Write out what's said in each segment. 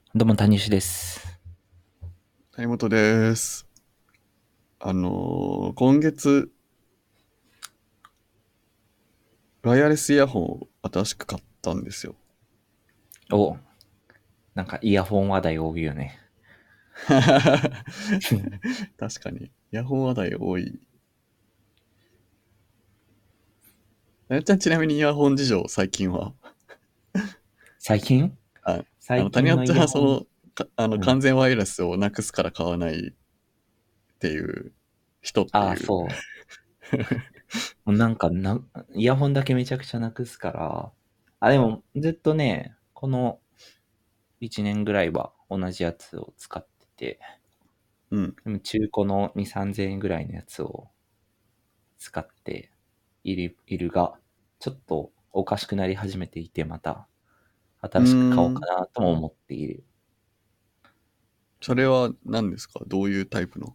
どうも、谷氏です。 谷本です。今月、ワイヤレスイヤホンを新しく買ったんですよ。 お、なんかイヤホン話題多いよね。 確かに。イヤホン話題多い。なやちゃんちなみにイヤホン事情、最近は。 最近あ、谷最近の本ちゃんはイヤホン、うん。 完全ワイヤレスをなくすから買わないっていう人ってああ、 いう。 そう。もうなんかイヤホンだけめちゃくちゃなくすから。あ、でも、ずっとね、この1年ぐらいは同じやつを使ってて、 うん。 でも中古の2、3000円ぐらいのやつを使っているが、ちょっとおかしくなり始めていて、またうー新しく買おうかん。 なとも思っている。 それは何ですか？どういうタイプの？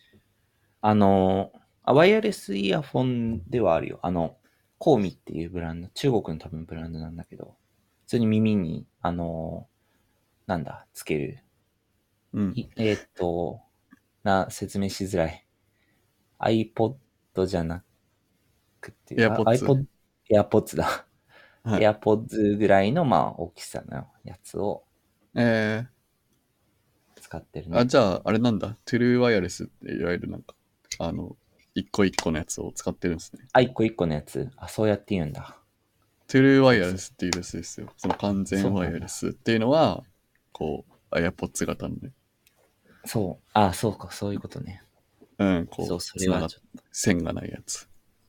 ワイヤレスイヤホンではあるよ。コーミっていうブランド、中国の多分ブランドなんだけど、普通に耳に、なんだ、つける。 うん。 いえーっと、説明しづらい。iPod じゃなくて、 AirPods。 iPod、AirPods だ。 はい。 AirPods ぐらいの、大きさのやつをえじ使ってるね。 ゃあ、あれなんだ。トゥルーワイヤレスっていわゆるなんか、あの、一個一個のやつを使ってるんですね。 あ、一個一個のやつ。あ、そうやって言うんだ。 トゥルーワイヤレそうそう。 スっていうやつですよ。その完全ワイヤレそうなんだ。 スっていうのは、こう、AirPods 型のね、 そう。あ、そうか、そういうことね。 うん、こそう、 う、 それつながっ、 はちょっと。 線がないやつ。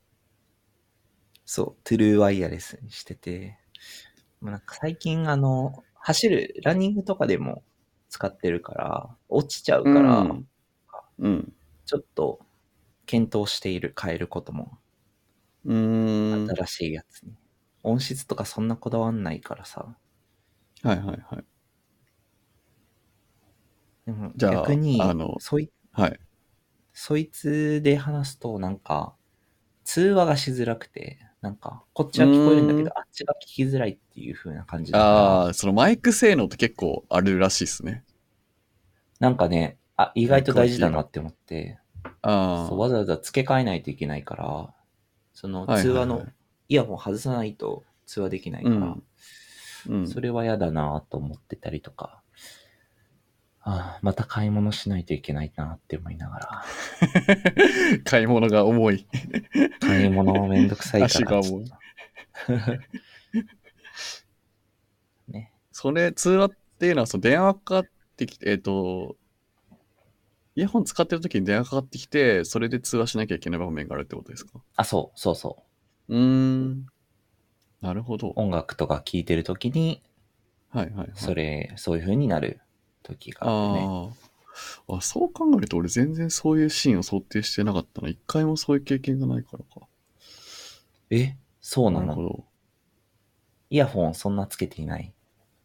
そう、トゥルーワイヤレスにしてて、なんか最近走る、ランニングとかでも使ってるから、落ちちゃううから、 ん、うん。 ちょっと検討している、変えることも、 うーん。 新しいやつに。音質とかそんなこだわんないからさ。 はいはいはい。 でもじゃあ、 逆に、 はい。 そいつで話すとなんか、通話がしづらくて、なんか、こっうちは聞こえるんだけーん。 ど、あっちが聞きづらいっていう風な感じだから、 そのマイク性能って結構あるらしいですね。 なんかね、意ハイ外と大事クオリティが。 だなって思って、そう、 あわざわざ付け替えないといけないから、そのはい通話のはいはい。 イヤホン外さないと通話できないから、 うん、うん。 それは嫌だなと思ってたりとか、また買い物しないといけないなって思いながら、 買い物が重い。 買い物めんどくさいから、 足が重い。 ちょっとね。 それ、通話っていうのは、その電話かかってきて、イヤホン使ってる時に電話かかってきて、それで通話しなきゃいけない場面があるってことですか？ あ、そう、そうそう。 うーん、なるほど。 音楽とか聴いてるときに、 はいはいはい。 そういう風になる時があるね。 あそう考えると俺全然そういうシーンを想定してなかったな。一回もそういう経験がないからか。 そうなの？ なるほど。 イヤホンそんなつけていない？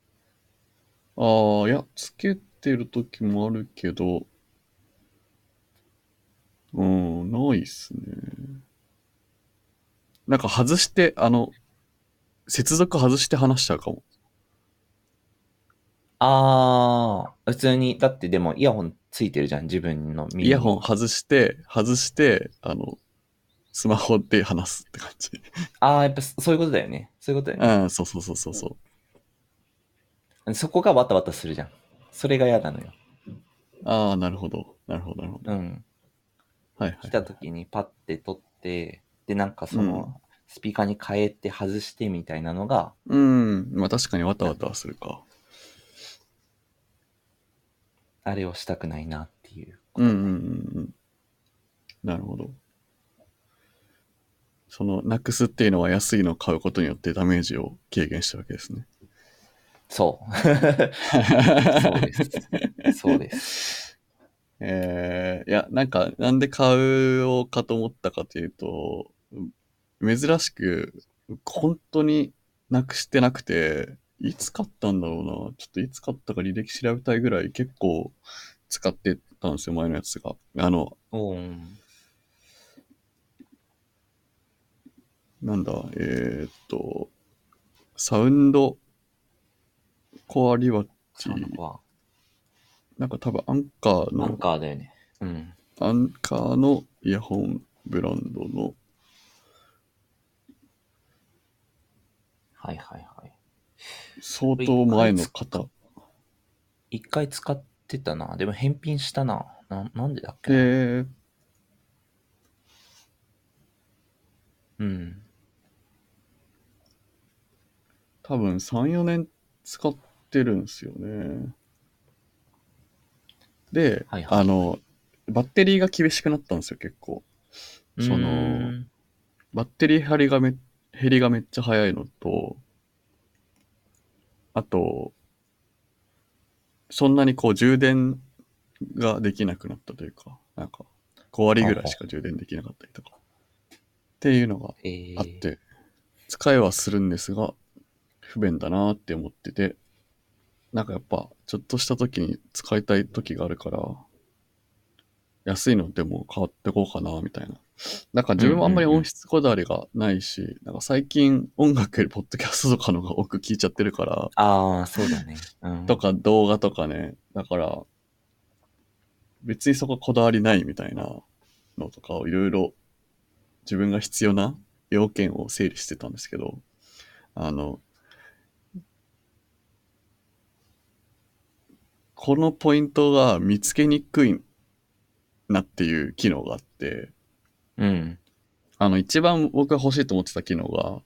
いや、つけてる時もあるけど、うん、ないっすね。なんか外して、接続外して話しちゃうかも。 普通に、だってでもイヤホンついてるじゃん、自分のイヤ耳に。 ホン外して、スマホで話すって感じ。 やっぱそういうことだよね。そういうことだよね。 うん、そうそうそうそうそう。 そこがワタワタするじゃん。それが嫌なのよ。 なるほど。なるほど、なるほど。 うん。 はいはい来たはい。 時にパッて取って、で、なんかうん。 スピーカーに変えて外してみたいなのが、 うん。まあ確かにワタワタはなんか、 するか。 あれをしたくないなっていうこうんうんうんとね。 うん。なるほど。その、なくすっていうのは安いのを買うことによってダメージを軽減したわけですね。 そう。そうです。そうです。 いや、なんか、なんで買おうかと思ったかというと、珍しく、本当になくしてなくて、いつ買ったんだろうな。ちょっといつ買ったか履歴調べたいぐらい結構使ってたんですよ、前のやつが。 おー。 なんだ、サウンドコアリワッチサウンドコア。 なんか多分アンカーアンの、 カーだよね。うん。 アンカーのイヤホンブランドのはいはいはい。 相一当前の回使方一回使ってたな。でも返品したな。なんでだっけな。 で、 うん。 多分3、4年使ってるんですよね。で、 はいはいはい。 バッテリーが厳しくなったんですよ、結構。 うーその、 ん。 バッテリー減りがめっちゃ早いのと、あと、そんなにこう充電ができなくなったというか、なんか5割ぐらいしかほうほう。 充電できなかったりとかっていうのがあっえて、使いはするんですが、不便だなって思ってて、なんかやっぱちょっとした時に使いたい時があるから、安いのでも買ってこうかなみたいな。なんかうんう自分もあんまりんうん。 音質こだわりがないし、なんか最近音楽よりポッドキャストとかのが多く聞いちゃってるから、 ああ、そうだね。うん。 とか動画とかね、だから別にそここだわりないみたいなのとかをいろいろ自分が必要な要件を整理してたんですけど、あの、このポイントが見つけにくいなっていう機能があって、 うん。 一番僕が欲しいと思ってた機能が、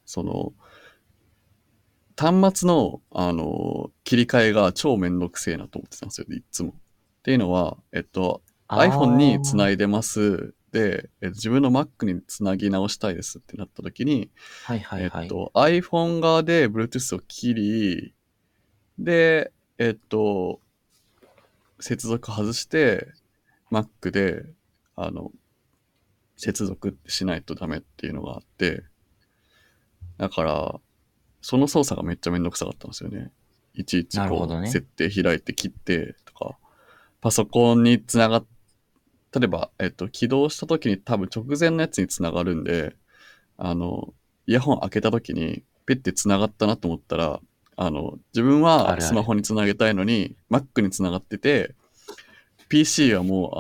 端末の、切り替えが超めんどくせえなと思ってたんですよ、いつも。っていうのは、iPhone につなああ、 いでます。で、自分の Mac につなぎ直したいですってなった時に、 はいはいはい。 iPhone 側で Bluetooth を切り、で、接続外して、Mac で、あの、接続しないとダメっていうのがあって、だから、その操作がめっちゃめんどくさかったんですよね。いちいちなるほこう、 どね。 設定開いて切ってとか、パソコンにつながっ、例えば、起動した時に多分直前のやつにつながるんで、あの、イヤホン開けた時に、ペッてつながったなと思ったら、自分はあるある。 スマホにつなげたいのに、Mac につながってて、PC はもう、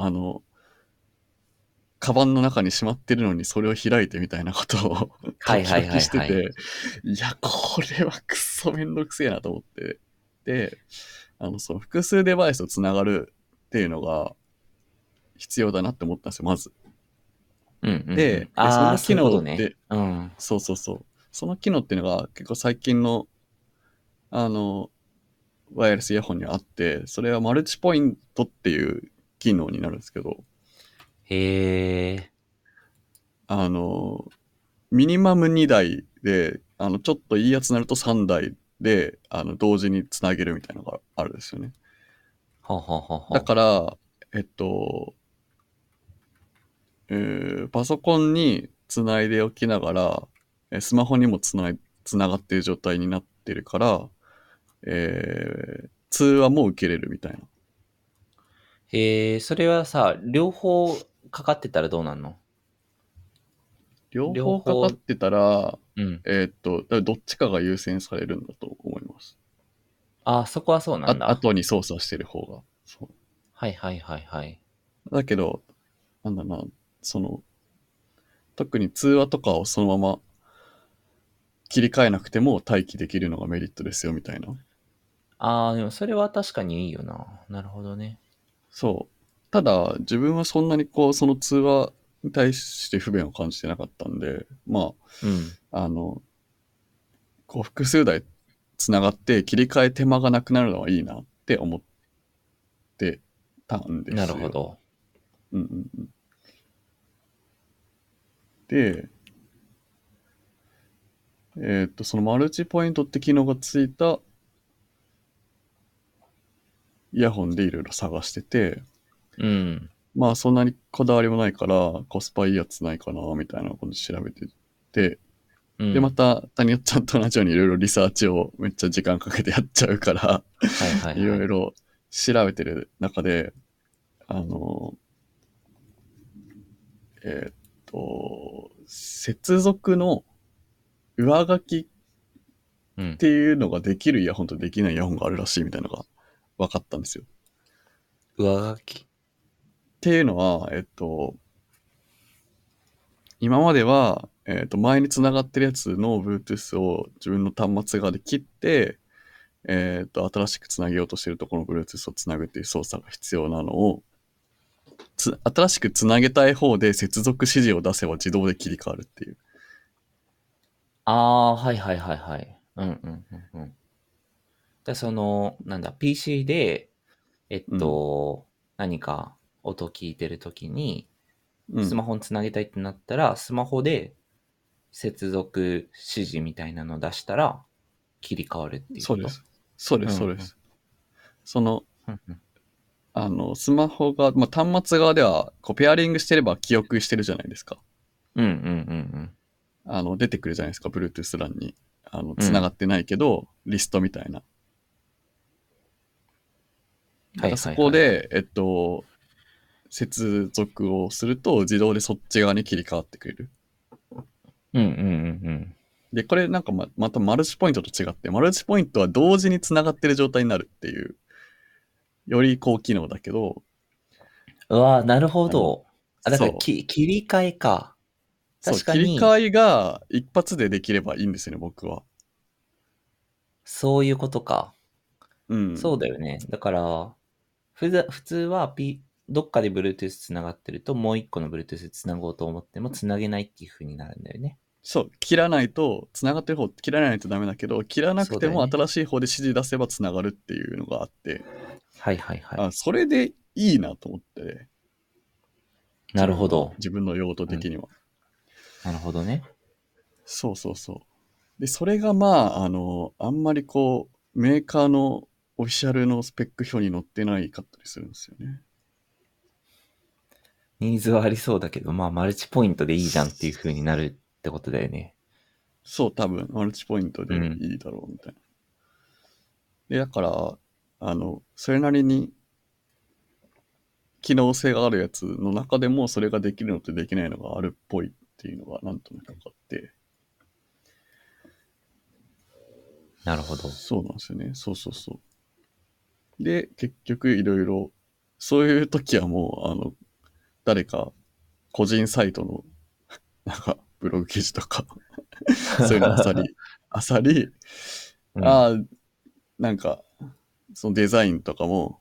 カバンの中にしまってるのにそれを開いてみたいなことを時々 はいはいはいはい。 してて、いや、これはくっそめんどくせえなと思って。で、その複数デバイスとつながるっていうのが必要だなって思ったんですよ、まず。 うんうんうで、 ん。ああ、 その機そういうことね。 能って、 うん。 そうそうそう。その機能っていうのが結構最近の、あの、ワイヤレスイヤホンにあって、それはマルチポイントっていう機能になるんですけど、 へえ。 あの、ミニマム2台で、ちょっといいやつになると3台で、同時につなげるみたいなのがあるんですよね。 ほうほうほうだほから、えっと、パソコンにつないでおきながら、スマホにもつながっている状態になってるから、通話も受けれるみたいな。 う。へえ、それはさ、両方かかってたらどうなんの？ 両両方、 方かかってたら、 うん。 どっちかが優先されるんだと思います。 ああ、そこはそうなんだ。 後に操作してる方が。そはいはいはいはい。 う。だけど、なんだな、その、特に通話とかをそのまま切り替えなくても待機できるのがメリットですよみたいな。 ああ、でもそれは確かにいいよな。なるほどね。 そう。ただ、自分はそんなにこう、その通話に対して不便を感じてなかったんで、まうん。 あ、こう、複数台つながって切り替え手間がなくなるのはいいなって思ってたんでなるすよ。 ほど。 うんうんうん。で、そのマルチポイントって機能がついたイヤホンでいろいろ探してて、 うん。 まあそんなにこだわりもないからコスパいいやつないかなみたいなこと調べてて、でまうん。 た谷尾ちゃんと同じようにいろいろリサーチをめっちゃ時間かけてやっちゃうからはいはいいはい。 ろいろ調べてる中で、あの、えーっ接続の上書きっうん。 ていうのができるイヤホンとできないイヤホンがあるらしいみたいなのが分かったんですよ。 上書き。 っていうのは、今までは、前に繋がってるやつの Bluetooth を自分の端末側で切って、新しく繋げようとしてるところの Bluetooth を繋ぐっていう操作が必要なのを、新しく繋げたい方で接続指示を出せば自動で切り替わるっていう。 ああ、はいはいはいはい。うんうんうんうん。なんだ、PC で、 うん。 何か音聞いてるときに、スマうん。 ホにつなげたいってなったら、スマホで接続指示みたいなのを出したら、切り替わるっていうこと？ そうです。そうです、そううんうん。 です。その、 うんうん。 スマホが、まあ、端末側では、こう、ペアリングしてれば記憶してるじゃないですか。 うんうん出てくるじゃないですか、Bluetooth 欄に。 うんうん。うん。 繋がってないけど、リストみたいな。だはいからそはいはいはい。 こで、接続をすると、自動でそっち側に切り替わってくれる。 うんうんうんで、これなんかまたマルチポイントと違って、マルチポイントは同時に繋がってる状態になるっていう、より高機能だけど、 うん。うわー、なるほあの、 ど。あ、だからそう。 切り替えか。 そう、 確か切り替に、 えが一発でできればいいんですよね、僕は。 そういうことか。 うん。 そうだよね。だから、普通は、どっかで Bluetooth つながってると、もう一個の Bluetooth つなごうと思ってもつなげないっていう風になるんだよね。 そう、切らないと、繋がってる方切らないとダメだけど、切らなくてもそうだよね。 新しい方で指示出せば繋がるっていうのがあって、 はいはいはい。 それでいいなと思って、 なるほど。 自分の用途うん。 的には。 なるほどね。 そうそうそう。で、それがまあ、あんまりこう、メーカーのオフィシャルのスペック表に載ってないかったりするんですよね。 ニーズはありそうだけど、まあ、マルチポイントでいいじゃんっていう風になるってことだよね。 そう、多分、マルチポイントうん。 でいいだろうみたいな。で、だから、それなりに機能性があるやつの中でも、それができるのとできないのがあるっぽいっていうのが、なんとなく分かって、 なるほど。 そうなんですよね。そうそうそう。で、結局、いろいろ、そういう時はもう、誰か、個人サイトの、なんか、ブログ記事とかそういうのあさり、 うん。 ああ、なんか、そのデザインとかも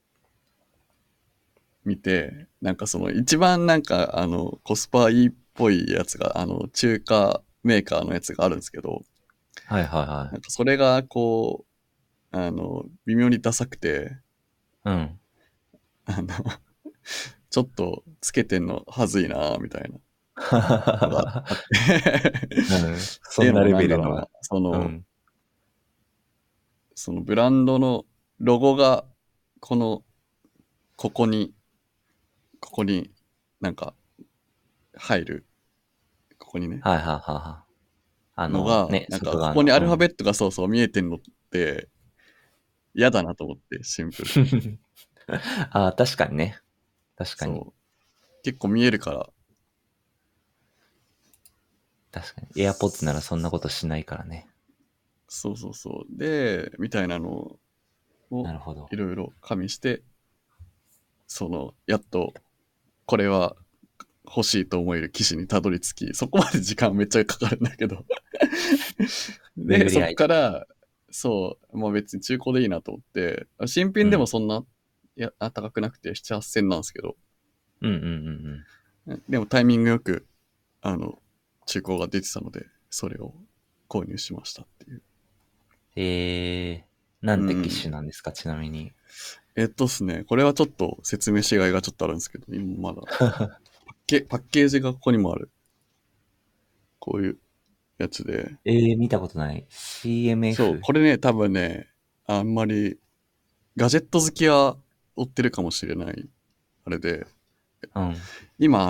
見て、なんかその一番なんかコスパいいっぽいやつが、中華メーカーのやつがあるんですけど、 はいはいはなんかそれがこう、微妙にダサくて、 い。うん。 あの、ちょっとつけてんのはずいなみたいなのがあってうん。 っていうのもそんなレなんだろうな、 ベルの。うん。 そのブランドのロゴが、この、ここに、ここになんか入る、ここにね、 はいはいはいはい。ね、 なんか、 外側の。 ここにアルファうん。 ベットがそうそう見えてんのって、嫌だなと思って、シンプルに。 ああ、確かにね。確かに。 そう。結構見えるから、 確かに。AirPods ならそんなことしないからね。 そうそうそう。で、みたいなのをなるほど。 いろいろ加味して、やっと、これは欲しいと思える機種にたどり着き、そこまで時間めっちゃかかるんだけどで、そっ巡り合い。 から、そう、まあ別に中古でいいなと思って、新品でもうん。 そんな、高くなくて7、8000なんですけど、 うんうんうんでもタイミングよく、あの、中古が出てたので、それを購入しましたっていう。 うん。なんて機うん。 種なんですか、ちなみに。 っすね、これはちょっと説明しがいがちょっとあるんですけど、今まだパッケージがここにもある。こういうやつで。 見たことない。 そう、 CMF。 これね、多分ね、あんまり、ガジェット好きは追ってるかもしれない、あれで、 うん。 今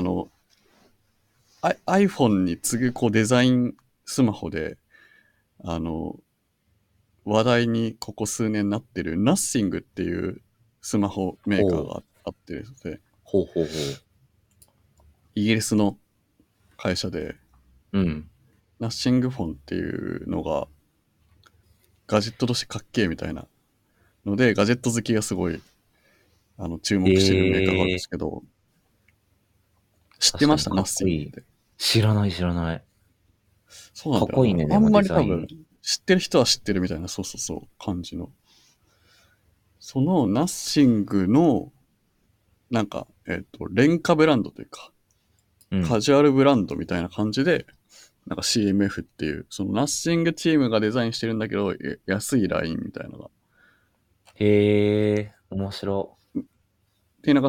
iPhone に次ぐこうデザインスマホで、あの、話題にここ数年なってる Nothing っていうスマホメーカーほう。 があってですね、 ほうほうほイギリスの会社で、 う。うん。 Nothing Phone っていうのがガジェットとしてかっけえみたいなので、ガジェット好きがすごい、 注目してるメーカーがあるんですけど、知ってました？ナッ確かにかっこいい。 シングって。 知らない知らない。 そうなんだよな。 かっこいいね、 あんでもまり多分、 デザイン。 知ってる人は知ってるみたいな、そうそうそう、感じの。そのナッシングの、なんか、廉価ブランドというか、 うん。 カジュアルブランドみたいな感じで、なんか CMF っていう、そのナッシングチームがデザインしてるんだけど、安いラインみたいなのが。っへえ、面白。 ていうのが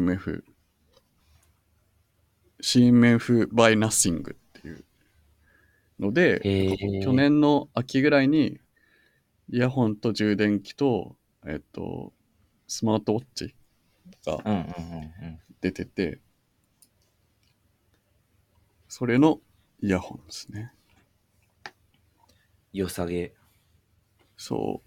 CMF by Nothing っていうので、なんへか去え、 年の秋ぐらいに、イヤホンと充電器と、スマートウォッチがうんうんうんうん。 出てて、それのイヤホンですね。 良さげ。 そう。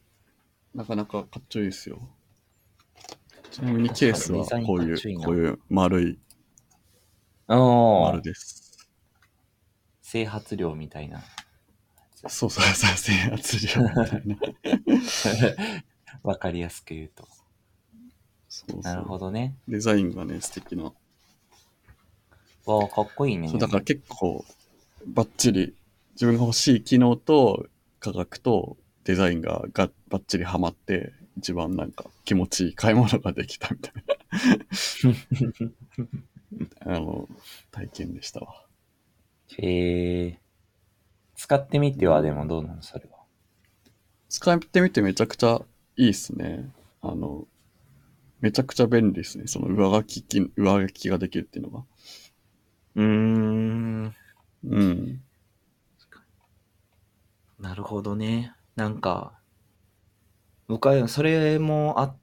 なかなかかっちょいいですよ。ちなみに確ケースかにデザインはこういう、 かっちょいいな。 こういう丸いあ丸あ、 です。 整髪料みたいなやつ。 そうそうそう、制圧量みたいな。 わかりやすく言うと。なるそうそう。 ほどね。 デザインがね、素敵な。 わあ、かっこいいね、 そう、だからでも。 結構、バッチリ、自分が欲しい機能と価格とデザインがバッチリハマって、一番なんか気持ちいい買い物ができたみたいな、体験でしたわ。 へえ。使ってみてはでもどうなのそれは。 使ってみてめちゃくちゃいいっすね。あの、めちゃくちゃ便利ですね。その上書きができるっていうのが。 うーん。 うん。 なるほどね。なんか、僕はそれもあって、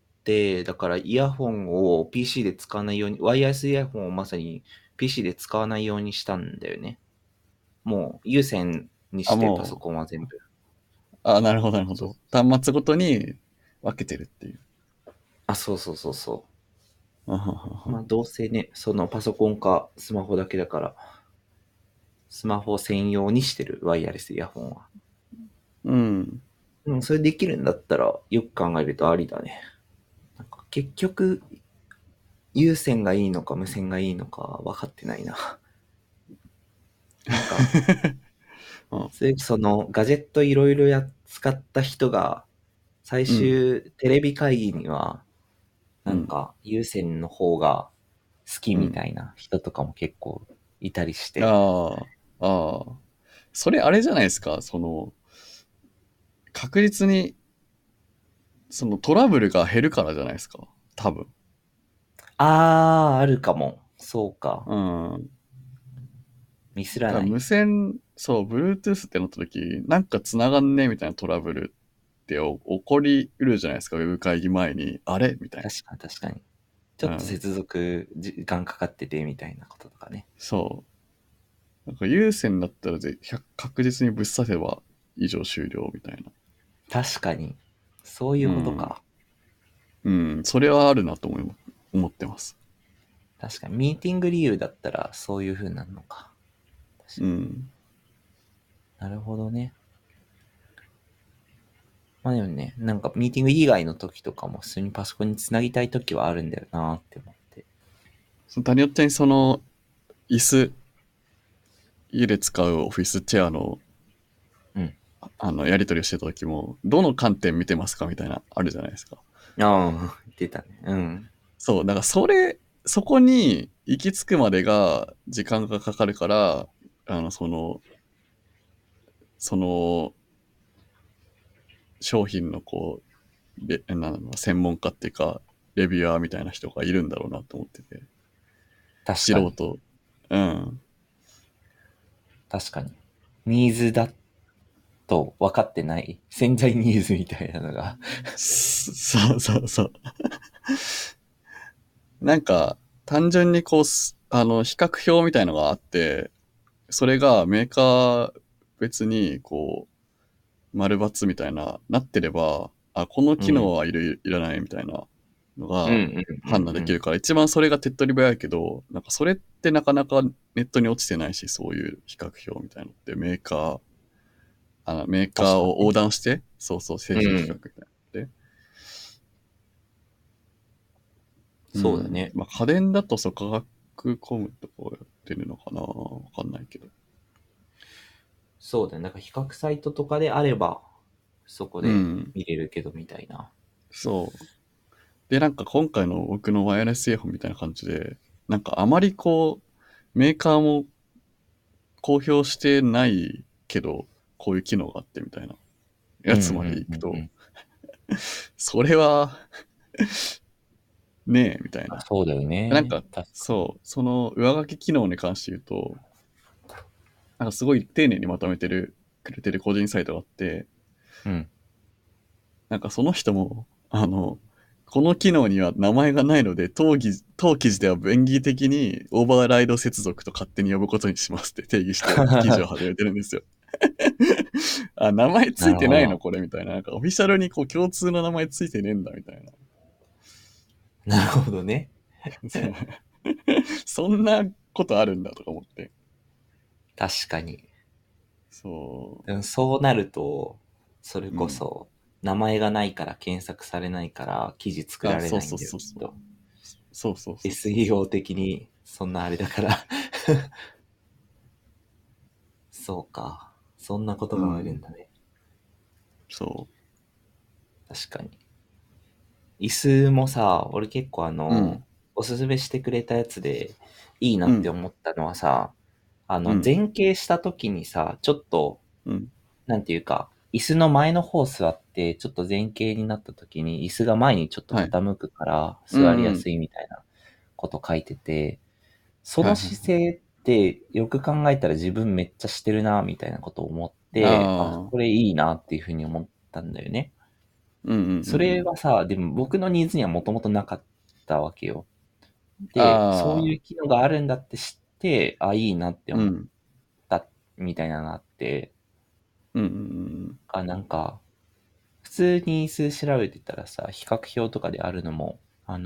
だからイヤホンを PC で使わないように、ワイヤレスイヤホンをまさに PC で使わないようにしたんだよね。もう有線にあ、 してパソもコンは全部。 なるほど、なるほそう。 ど。端末ごとに分けてるっていう。 あ、そうそうそうそあははう。まあは。 どうせね、そのパソコンかスマホだけだから、スマホ専用にしてるワイヤレスイヤホンは。 うん。 でもそれできるんだったらよく考えるとありだね。なんか結局、有線がいいのか無線がいいのか分かってないな。なんか、 あ、 そのガジェットいろいろ使った人が、最うん。 終テレビ会議には、なんうん。 か有線の方が好きうん。 みたいな人とかも結構いたりして。 ああ、ああ。それあれじゃないですか。その、確実に、そのトラブルが減るからじゃないですか。多分。 あるかも。そうか。 うん。 ミスらだから無ない。 線、そう、Bluetooth ってなった時、なんか繋がんねえみたいなトラブルって起こりうるじゃないですか。ウェブ会議前に。あれみたい確かに確かに。ちょな。うん。 っと接続時間かかっててみたいなこととかね。 そう。なんか有線だったら確実にぶっ刺せば以上終了みたいな。 確かに。そういうことうん。 か。 うん。それはあるなと思ってます。 確かに。ミーティング理由だったらそういう風になるのか。確かうん。 に。なるほどね。まあでもね、なんかミーティング以外の時とかも普通にパソコンにつなぎたい時はあるんだよなって思って。 その谷尾ちゃんにその椅子、家で使うオフィスチェアのうん。 やり取りをしてた時も、どの観点見てますかみたいな、あるじゃないですか。 ああ、出たね。うん。 そう、だからそこに行き着くまでが時間がかかるから、あの、その、その商品の専門家っていうか、レビュアーみたいな人がいるんだろうなと思ってて。 確かに。 素人。うん。 確かに。ニーズだと分かってない潜在ニーズみたいなのが。 そうそうそう。なんか、単純にこう、比較表みたいのがあって、それがメーカー別に、こう、丸×みたいなってれば、この機能うん。 いらないみたいなのがうんうん判うんうん。 断できるから、一番それが手っ取り早いけど、なんかそれってなかなかネットに落ちてないし、そういう比較表みたいなのってメーカーを横確かにね。 断して、そうそう、製品比較うん。 みたいなのって。 そうだね。 まあ家電だとそう価格コムとかをやってるのかな、わかんないけど。 そうだね。なんか比較サイトとかであれば、そこでうん。 見れるけどみたいな。 そう。で、なんか今回の僕のワイヤレスイヤホンみたいな感じで、なんかあまりこう、メーカーも公表してないけど、こういう機能があってみたいなやつまでいくと、それはねえ、みたいな。 そうだよね。 なんか、 確かに。 そう、その上書き機能に関して言うと、なんかすごい丁寧にまとめてくれてる個人サイトがあって、 うん。 なんかその人も、この機能には名前がないので、当記事では便宜的にオーバーライド接続と勝手に呼ぶことにしますって定義して記事を始めてるんですよ。あ、名前つないてないのるほど。 これみたいな。なんかオフィシャルにこう共通の名前ついてねえんだみたいな。 なるほどね。 そんなことあるんだとか思って。 確かに。 そでもそうなると、それう。うん。 こそ、名前がないから検索されないから記事作あ、 られそうないんだよ、 そうそうそう。 きっと。 そうそうそうそうそ SEO 的にそんなあれだからそうか。そんなことう。うがあるんん。 だね。 そ確かに。椅子もさ、俺結構う。うん。 おすすめしてくれたやつでいいなってうん。 思ったのはさ、 うん。 前傾した時にさ、ちょっと、 うん。 なんていうか、椅子の前の方座って、ちょっと前傾になった時に、椅子が前にちょっとはい。 傾くから座りうんうん。 やすいみたいなこと書いてて、そのはいはいは姿勢ってよく考えたら自分めっちゃしてるな、みたいなことを思っい。 て、あ、 ああ。 これいいなっていうふうに思ったんだよね。 うんうんうんうそれん。 はさ、でも僕のニーズにはもともとなかったわけよ。で、そうああ。 いう機能があるんだって知って、あ、いいなって思っうん。 たみたいなのがあって、 うんうんうんなんか、普通に数調べてたらさ、比較表とかであるのも、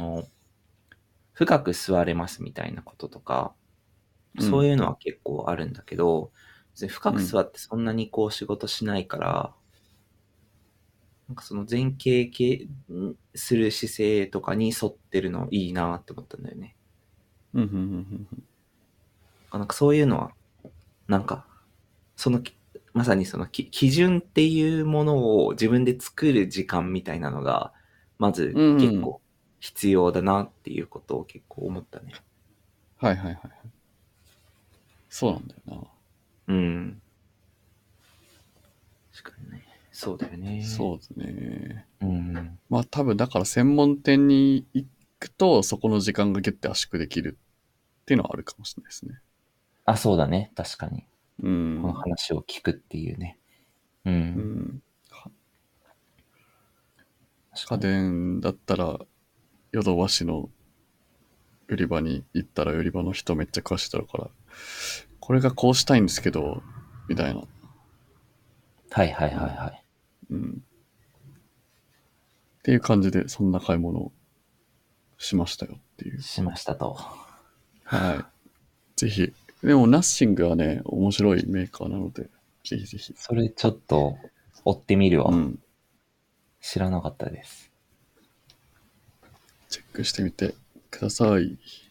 深く座れますみたいなこととか、 うん。うん。 そういうのは結構あるんだけど、別に深うん。 く座ってそんなにこう仕事しないから、なんかその前傾系する姿勢とかに沿ってるのいいなって思ったんだよね。 うん。うん。うん。 なんかそういうのは、なんか、その、まさにその基準っていうものを自分で作る時間みたいなのが、まずうん。 結構必要だなっていうことを結構思ったね。 はいはいはいはい。そうなんだよな。 うん。確かにね。そうだよね。 そうですね。 うん。 まあ多分だから専門店に行くとそこの時間がギュッて圧縮できるっていうのはあるかもしれないですね。 あ、そうだね。確かに。 うこのん。 話を聞くっていうね。うん。 うん。家確かに。 電だったらヨドバシの売り場に行ったら売り場の人めっちゃ詳しいだろうから、これがこうしたいんですけど、みたいな。 はいはいうん。 はいはい。 うん。っていう感じでそんな買い物をしましたよっていう。 しましたと。 はい。ぜひ。でもナッシングはね、面白いメーカーなので、ぜひぜひ。 それちょっと追ってみるわ。 うん。 知らなかったです。 チェックしてみてください。